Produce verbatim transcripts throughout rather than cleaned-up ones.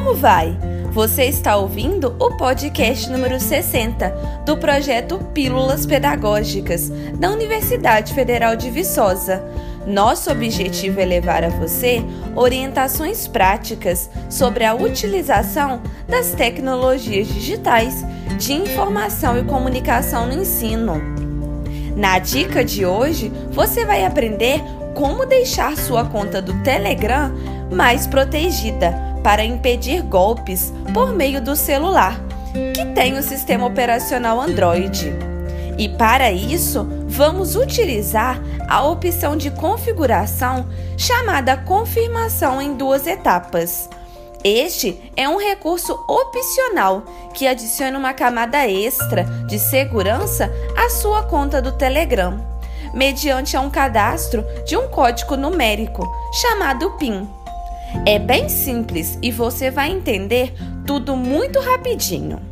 como vai? Você está ouvindo o podcast número sessenta do projeto Pílulas Pedagógicas da Universidade Federal de Viçosa. Nosso objetivo é levar a você orientações práticas sobre a utilização das tecnologias digitais de informação e comunicação no ensino. Na dica de hoje, você vai aprender como deixar sua conta do Telegram mais protegida para impedir golpes por meio do celular, que tem o sistema operacional Android. E para isso, vamos utilizar a opção de configuração chamada confirmação em duas etapas. Este é um recurso opcional que adiciona uma camada extra de segurança à sua conta do Telegram, mediante um cadastro de um código numérico chamado PIN. É bem simples e você vai entender tudo muito rapidinho.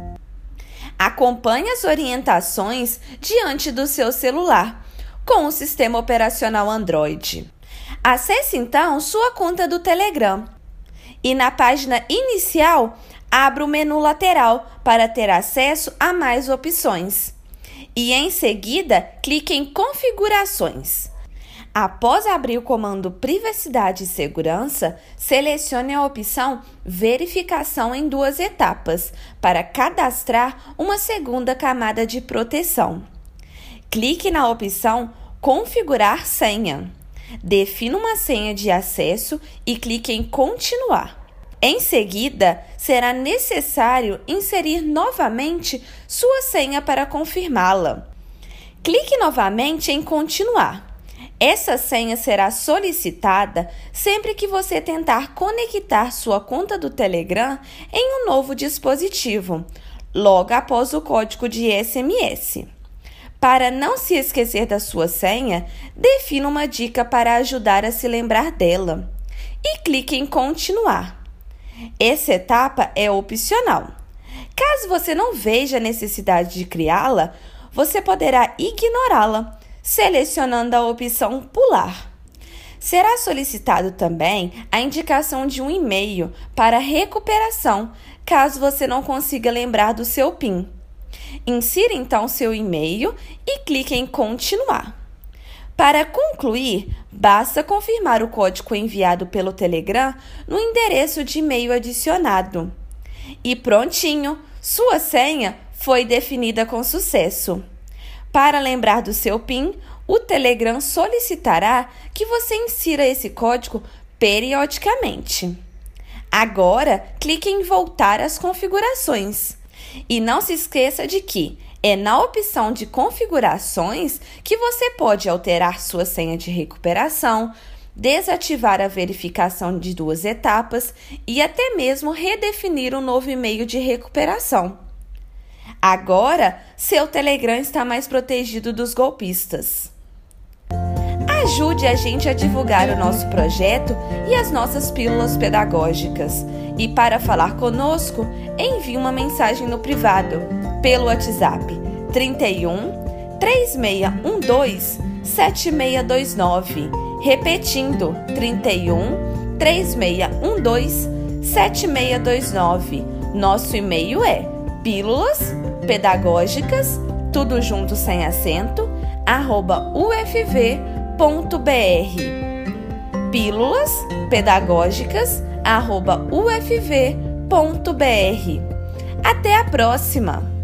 Acompanhe as orientações diante do seu celular com o sistema operacional Android. Acesse então sua conta do Telegram e na página inicial abra o menu lateral para ter acesso a mais opções. E em seguida, clique em Configurações. Após abrir o comando Privacidade e Segurança, selecione a opção Verificação em duas etapas para cadastrar uma segunda camada de proteção. Clique na opção Configurar senha. Defina uma senha de acesso e clique em Continuar. Em seguida, será necessário inserir novamente sua senha para confirmá-la. Clique novamente em Continuar. Essa senha será solicitada sempre que você tentar conectar sua conta do Telegram em um novo dispositivo, logo após o código de S M S. Para não se esquecer da sua senha, defina uma dica para ajudar a se lembrar dela e clique em Continuar. Essa etapa é opcional. Caso você não veja a necessidade de criá-la, você poderá ignorá-la, selecionando a opção Pular. Será solicitado também a indicação de um e-mail para recuperação, caso você não consiga lembrar do seu PIN. Insira então seu e-mail e clique em Continuar. Para concluir, basta confirmar o código enviado pelo Telegram no endereço de e-mail adicionado. E prontinho, sua senha foi definida com sucesso. Para lembrar do seu PIN, o Telegram solicitará que você insira esse código periodicamente. Agora, clique em Voltar às configurações. E não se esqueça de que é na opção de configurações que você pode alterar sua senha de recuperação, desativar a verificação de duas etapas e até mesmo redefinir um novo e-mail de recuperação. Agora, seu Telegram está mais protegido dos golpistas. Ajude a gente a divulgar o nosso projeto e as nossas pílulas pedagógicas. E para falar conosco, envie uma mensagem no privado pelo WhatsApp trinta e um, três seis um dois, sete seis dois nove. Repetindo, trinta e um, três seis um dois, sete seis dois nove. Nosso e-mail é pílulas pedagógicas, tudo junto sem acento, arroba u f v ponto b r. Pílulas pedagógicas, arroba u f v ponto b r. Até a próxima!